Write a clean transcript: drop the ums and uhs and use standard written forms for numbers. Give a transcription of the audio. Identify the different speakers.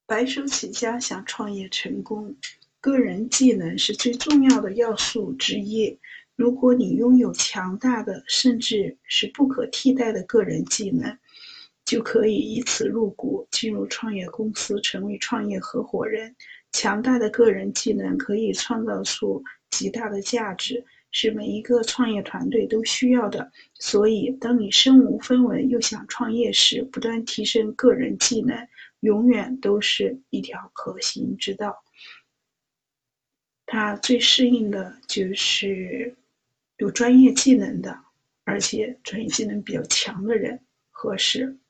Speaker 1: 白手起家想创业成功，个人技能是最重要的要素之一。如果你拥有强大的，甚至是不可替代的个人技能，就可以以此入股，进入创业公司，成为创业合伙人。强大的个人技能可以创造出极大的价值，是每一个创业团队都需要的。所以，当你身无分文又想创业时，不断提升个人技能，永远都是一条可行之道。它最适应的就是有专业技能的，而且专业技能比较强的人合适。